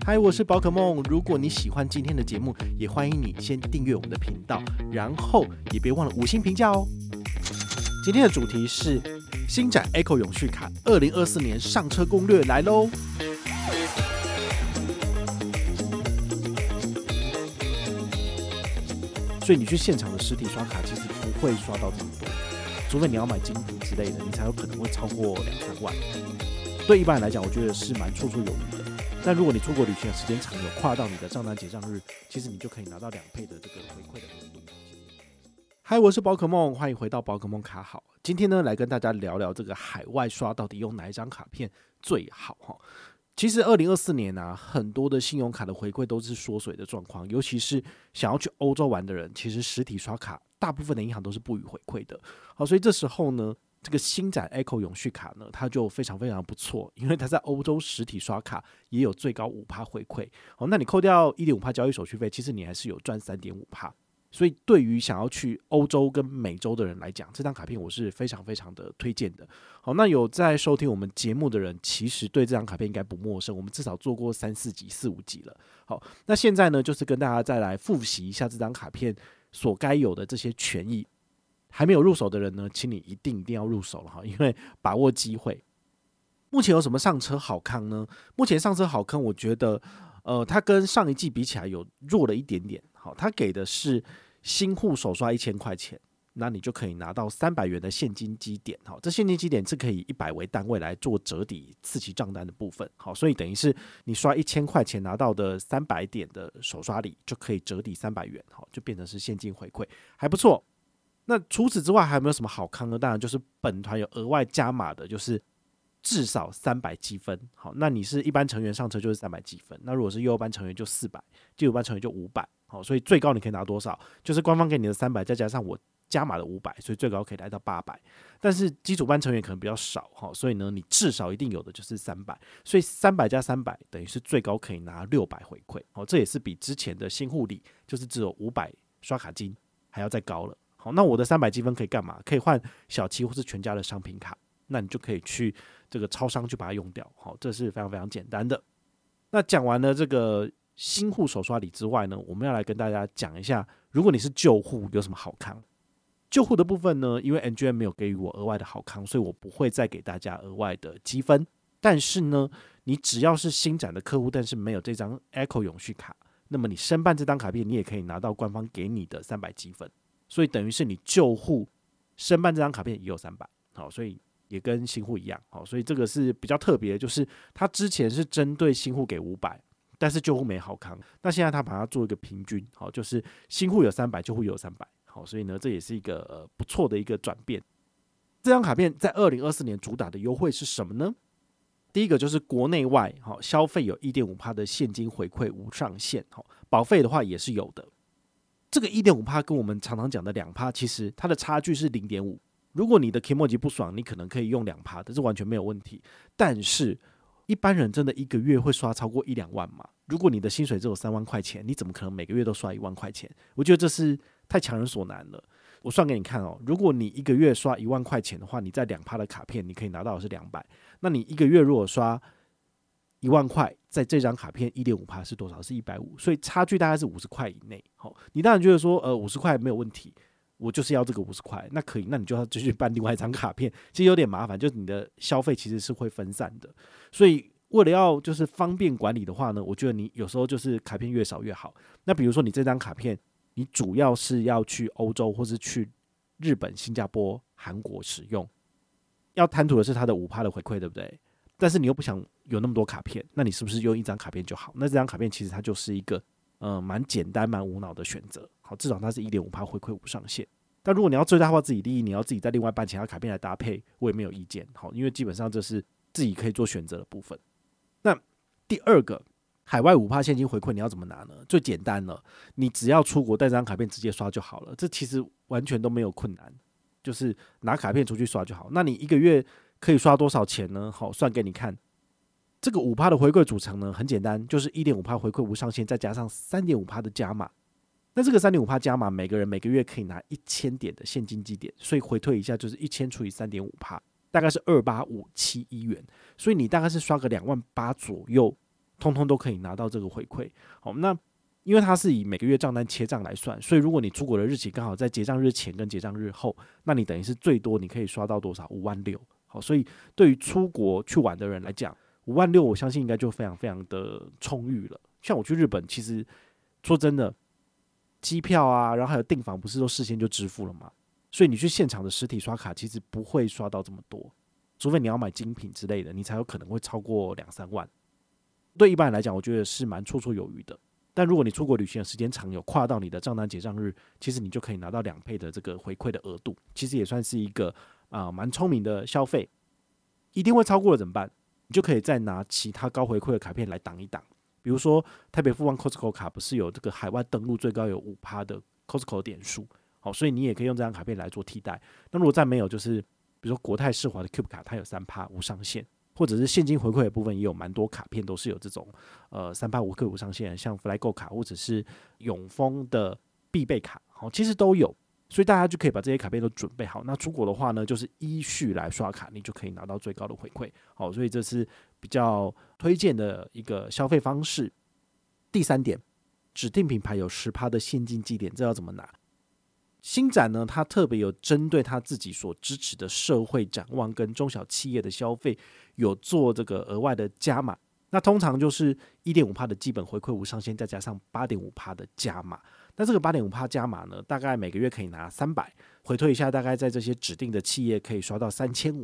嗨，我是宝可梦。如果你喜欢今天的节目，也欢迎你先订阅我们的频道，然后也别忘了5星评价哦。今天的主题是星展 Echo 永续卡2024年上车攻略来喽。所以你去现场的实体刷卡，其实不会刷到这么多，除非你要买精品之类的，你才有可能会超过2-3万。对一般人来讲，我觉得是蛮绰绰有余的。但如果你出国旅行的时间长，有跨到你的账单结账日，其实你就可以拿到2倍的这个回馈的额度。嗨，我是宝可梦，欢迎回到宝可梦卡好。今天呢，来跟大家聊聊这个海外刷到底用哪一张卡片最好哈。其实2024年啊，很多的信用卡的回馈都是缩水的状况，尤其是想要去欧洲玩的人，其实实体刷卡大部分的银行都是不予回馈的。好，所以这时候呢，这个星展 Echo 永续卡呢，它就非常非常不错，因为它在欧洲实体刷卡也有最高5%回馈。好，那你扣掉1.5%交易手续费，其实你还是有赚3.5%。所以对于想要去欧洲跟美洲的人来讲，这张卡片我是非常非常的推荐的。好，那有在收听我们节目的人，其实对这张卡片应该不陌生，我们至少做过3-4集、4-5集了。好，那现在呢，就是跟大家再来复习一下这张卡片所该有的这些权益。还没有入手的人呢，请你一定要入手了哈，因为把握机会。目前有什么上车好康呢？目前上车好康，我觉得它跟上一季比起来有弱了一点点。好，它给的是新户首刷1000块钱，那你就可以拿到300元的现金积点。好，这现金积点是可以100为单位来做折抵次期账单的部分。好，所以等于是你刷1000块钱拿到的300点的首刷礼，就可以折抵300元，好，就变成是现金回馈，还不错。那除此之外还有没有什么好康呢？当然就是本团有额外加码的，就是至少300积分。好，那你是一般成员上车就是300积分，那如果是幼幼班成员就400，基础班成员就500。好，所以最高你可以拿多少？就是官方给你的300，再加上我加码的500，所以最高可以来到800。但是基础班成员可能比较少，所以呢，你至少一定有的就是300，所以300加300等于是最高可以拿600回馈。好，这也是比之前的新户礼就是只有500刷卡金还要再高了。好，那我的300积分可以干嘛？可以换小七或是全家的商品卡，那你就可以去这个超商去把它用掉。好，这是非常非常简单的。那讲完了这个新户首刷礼之外呢，我们要来跟大家讲一下，如果你是旧户有什么好康。旧户的部分呢，因为 NGM 没有给予我额外的好康，所以我不会再给大家额外的积分。但是呢，你只要是新展的客户，但是没有这张 Echo 永续卡，那么你申办这张卡片，你也可以拿到官方给你的300积分。所以等于是你旧户申办这张卡片也有300，好，所以也跟新户一样。好，所以这个是比较特别的，就是他之前是针对新户给500，但是旧户没好康。那现在他把它做一个平均，好，就是新户有300，旧户有300。好，所以呢，这也是一个不错的一个转变。这张卡片在2024年主打的优惠是什么呢？第一个就是国内外消费有 1.5% 的现金回馈无上限，保费的话也是有的。这个 1.5% 跟我们常常讲的 2%， 其实它的差距是 0.5%。如果你的 Kimoji 不爽，你可能可以用 2%， 这是完全没有问题。但是一般人真的一个月会刷超过1-2万吗？如果你的薪水只有3万块钱，你怎么可能每个月都刷1万块钱？我觉得这是太强人所难了。我算给你看哦，如果你一个月刷1万块钱的话，你在 2% 的卡片你可以拿到的是200，那你一个月如果刷1万块，在这张卡片 1.5% 是多少？是150，所以差距大概是50块以内。好，你当然觉得说50块没有问题，我就是要这个50块，那可以，那你就要继续办另外一张卡片，其实有点麻烦，就是你的消费其实是会分散的。所以为了要就是方便管理的话呢，我觉得你有时候就是卡片越少越好。那比如说你这张卡片你主要是要去欧洲或是去日本、新加坡、韩国使用，要贪图的是它的5%的回馈，对不对？但是你又不想有那么多卡片，那你是不是用一张卡片就好？那这张卡片其实它就是一个蛮简单蛮无脑的选择。好，至少它是 1.5% 回馈无上限。但如果你要最大化自己利益，你要自己再另外办其他卡片来搭配，我也没有意见。好，因为基本上这是自己可以做选择的部分。那第二个，海外5%现金回馈你要怎么拿呢？最简单了，你只要出国带这张卡片直接刷就好了，这其实完全都没有困难，就是拿卡片出去刷就好。那你一个月可以刷多少钱呢？好，算给你看。这个5%的回馈组成呢，很简单，就是 1.5% 回馈无上限，再加上 3.5% 的加码。那这个 3.5% 加码，每个人每个月可以拿1000点的现金积点，所以回退一下就是1000除以 3.5%， 大概是28571元。所以你大概是刷个28000左右， 通通都可以拿到这个回馈。好，那因为它是以每个月账单切账来算，所以如果你出国的日期刚好在结账日前跟结账日后，那你等于是最多你可以刷到多少？56000。好，所以对于出国去玩的人来讲，56000我相信应该就非常非常的充裕了。像我去日本，其实说真的，机票啊，然后还有订房，不是都事先就支付了吗？所以你去现场的实体刷卡，其实不会刷到这么多，除非你要买精品之类的，你才有可能会超过2-3万。对一般人来讲，我觉得是蛮绰绰有余的。但如果你出国旅行的时间长，有跨到你的账单结账日，其实你就可以拿到2倍的这个回馈的额度，其实也算是一个蛮聪明的消费。一定会超过了怎么办？你就可以再拿其他高回馈的卡片来挡一挡。比如说台北富邦 Costco 卡不是有这个海外登录最高有5%的 Costco 点数，好，所以你也可以用这张卡片来做替代。那如果再没有，就是比如说国泰世华的 Cube 卡，它有3%无上限，或者是现金回馈的部分也有蛮多卡片都是有这种3%无上限，像 Flygo 卡或者是永丰的必备卡，好，其实都有。所以大家就可以把这些卡片都准备好。那出国的话呢，就是依序来刷卡，你就可以拿到最高的回馈。好，所以这是比较推荐的一个消费方式。第3点，指定品牌有10%的现金积点，这要怎么拿？星展呢，它特别有针对它自己所支持的社会展望跟中小企业的消费，有做这个额外的加码。那通常就是 1.5% 的基本回馈无上限，再加上 8.5% 的加码。那这个 8.5% 加码呢，大概每个月可以拿300，回推一下，大概在这些指定的企业可以刷到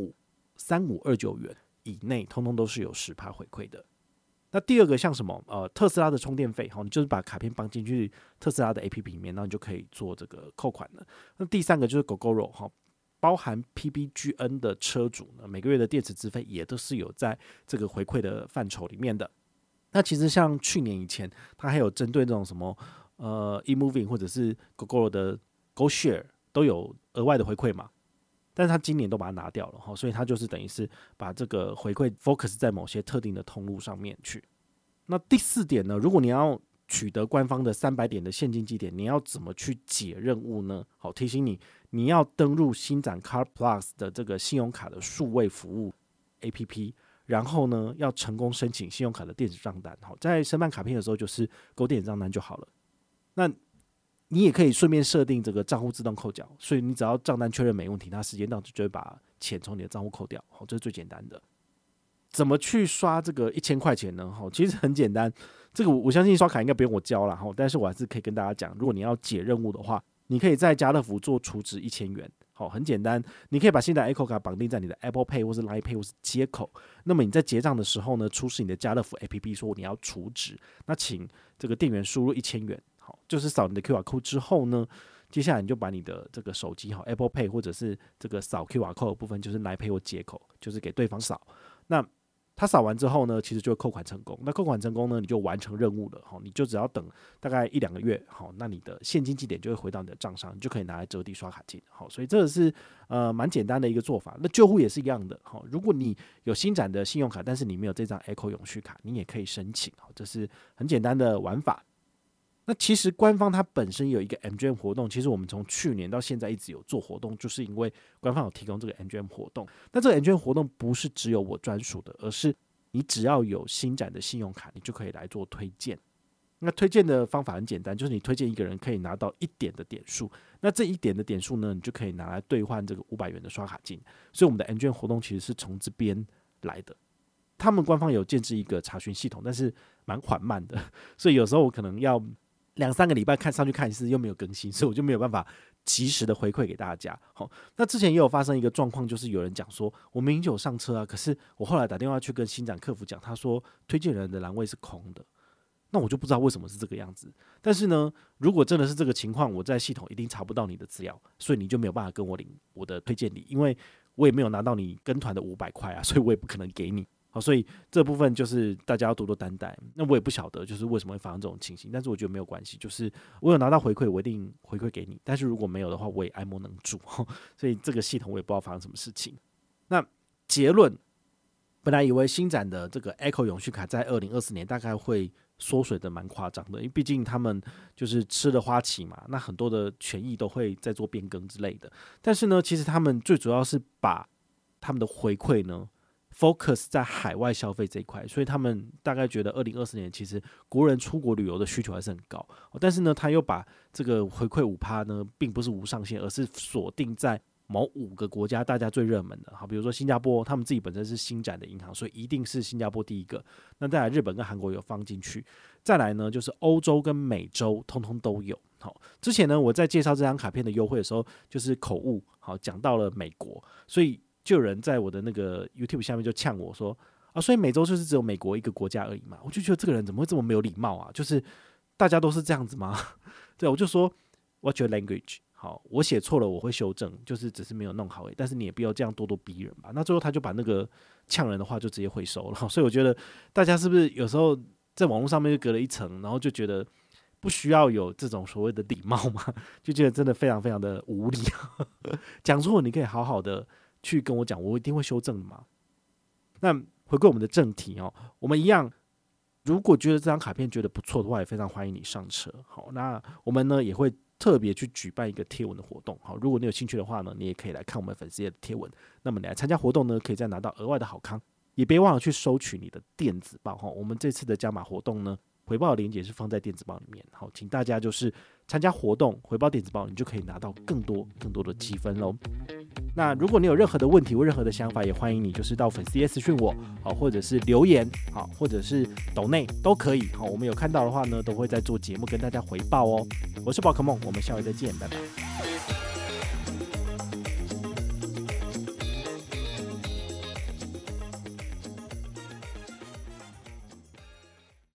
3529元以内，通通都是有10%回馈的。那第二个像什么特斯拉的充电费，你就是把卡片绑进去特斯拉的 APP 里面，然后你就可以做这个扣款了。那第3个就是 Gogoro，包含 PBGN 的车主呢，每个月的电池资费也都是有在这个回馈的范畴里面的。那其实像去年以前，它还有针对这种什么eMoving 或者是 Gogoro 的 GoShare 都有额外的回馈嘛，但是他今年都把它拿掉了，所以他就是等于是把这个回馈 focus 在某些特定的通路上面去。那第4点呢，如果你要取得官方的300点的现金积点，你要怎么去解任务呢？好，提醒你，你要登入星展 Card Plus 的这个信用卡的数位服务 APP， 然后呢，要成功申请信用卡的电子账单。好，在申办卡片的时候，就是勾电子账单就好了。那你也可以顺便设定这个账户自动扣缴，所以你只要账单确认没问题，它时间到就会把钱从你的账户扣掉。好，这是最简单的。怎么去刷这个1000块钱呢？其实很简单，这个我相信刷卡应该不用我教啦，但是我还是可以跟大家讲，如果你要解任务的话，你可以在家乐福做储值1000元。好，很简单，你可以把新的 Echo 卡绑定在你的 Apple Pay 或是 Line Pay 或是接口。那么你在结账的时候呢，出示你的家乐福 APP 说你要储值，那请这个店员输入1000元。好，就是扫你的 QR Code 之后呢，接下来你就把你的这个手机Apple Pay 或者是这个扫 QR Code 的部分，就是 Line Pay 或接口，就是给对方扫。那他扫完之后呢，其实就会扣款成功。那扣款成功呢，你就完成任务了。你就只要等大概1-2个月，那你的现金积点就会回到你的账上，你就可以拿来折抵刷卡金。所以这个是蛮简单的一个做法。那救护也是一样的。如果你有星展的信用卡，但是你没有这张 Echo 永续卡，你也可以申请。这是很简单的玩法。那其实官方它本身有一个 MGM 活动，其实我们从去年到现在一直有做活动，就是因为官方有提供这个 MGM 活动。那这个 MGM 活动不是只有我专属的，而是你只要有星展的信用卡，你就可以来做推荐。那推荐的方法很简单，就是你推荐一个人可以拿到1点的点数，那这1点的点数呢，你就可以拿来兑换这个500元的刷卡金。所以我们的 MGM 活动其实是从这边来的。他们官方有建置一个查询系统，但是蛮缓慢的，所以有时候我可能要2-3个礼拜上去看一次，又没有更新，所以我就没有办法及时的回馈给大家。那之前也有发生一个状况，就是有人讲说我明明就有上车啊，可是我后来打电话去跟星展客服讲，他说推荐人的栏位是空的。那我就不知道为什么是这个样子。但是呢，如果真的是这个情况，我在系统一定查不到你的资料，所以你就没有办法跟我领我的推荐礼，因为我也没有拿到你跟团的500块啊，所以我也不可能给你。好，所以这部分就是大家要多多担待。那我也不晓得就是为什么会发生这种情形，但是我觉得没有关系，就是我有拿到回馈，我一定回馈给你。但是如果没有的话，我也爱莫能助。所以这个系统我也不知道发生什么事情。那结论，本来以为星展的这个 Echo 永续卡在2024年大概会缩水的蛮夸张的，因为毕竟他们就是吃了花旗嘛，那很多的权益都会再做变更之类的。但是呢，其实他们最主要是把他们的回馈呢 focus 在海外消费这一块，所以他们大概觉得2024年其实国人出国旅游的需求还是很高，但是呢，他又把这个回馈5%呢，并不是无上限，而是锁定在某5个国家大家最热门的，好，比如说新加坡，他们自己本身是新展的银行，所以一定是新加坡第一个。那再来日本跟韩国有放进去，再来呢就是欧洲跟美洲通通都有。好，之前呢我在介绍这张卡片的优惠的时候，就是口误，好讲到了美国，所以就有人在我的那个 YouTube 下面就呛我说啊，所以美洲就是只有美国一个国家而已嘛？我就觉得这个人怎么会这么没有礼貌啊？就是大家都是这样子吗？对，我就说 What's your language？好，我写错了我会修正，就是只是没有弄好而已，但是你也不要这样咄咄逼人吧。那最后他就把那个呛人的话就直接回收了，所以我觉得大家是不是有时候在网络上面就隔了一层，然后就觉得不需要有这种所谓的礼貌嘛，就觉得真的非常非常的无理。讲错你可以好好的去跟我讲，我一定会修正的嘛。那回归我们的正题哦，我们一样，如果觉得这张卡片觉得不错的话，也非常欢迎你上车。好，那我们呢也会特别去举办一个贴文的活动，好，如果你有兴趣的话呢，你也可以来看我们粉丝页的贴文。那么你来参加活动呢，可以再拿到额外的好康，也别忘了去收取你的电子报。我们这次的加码活动呢，回报的链接是放在电子报里面。好，请大家就是参加活动，回报电子报，你就可以拿到更多的积分喽。那如果你有任何的问题或任何的想法，也欢迎你就是到粉丝页私讯我，好，或者是留言，好，或者是抖内都可以。好，我们有看到的话呢，都会在做节目跟大家回报哦。我是宝可梦，我们下回再见，拜拜。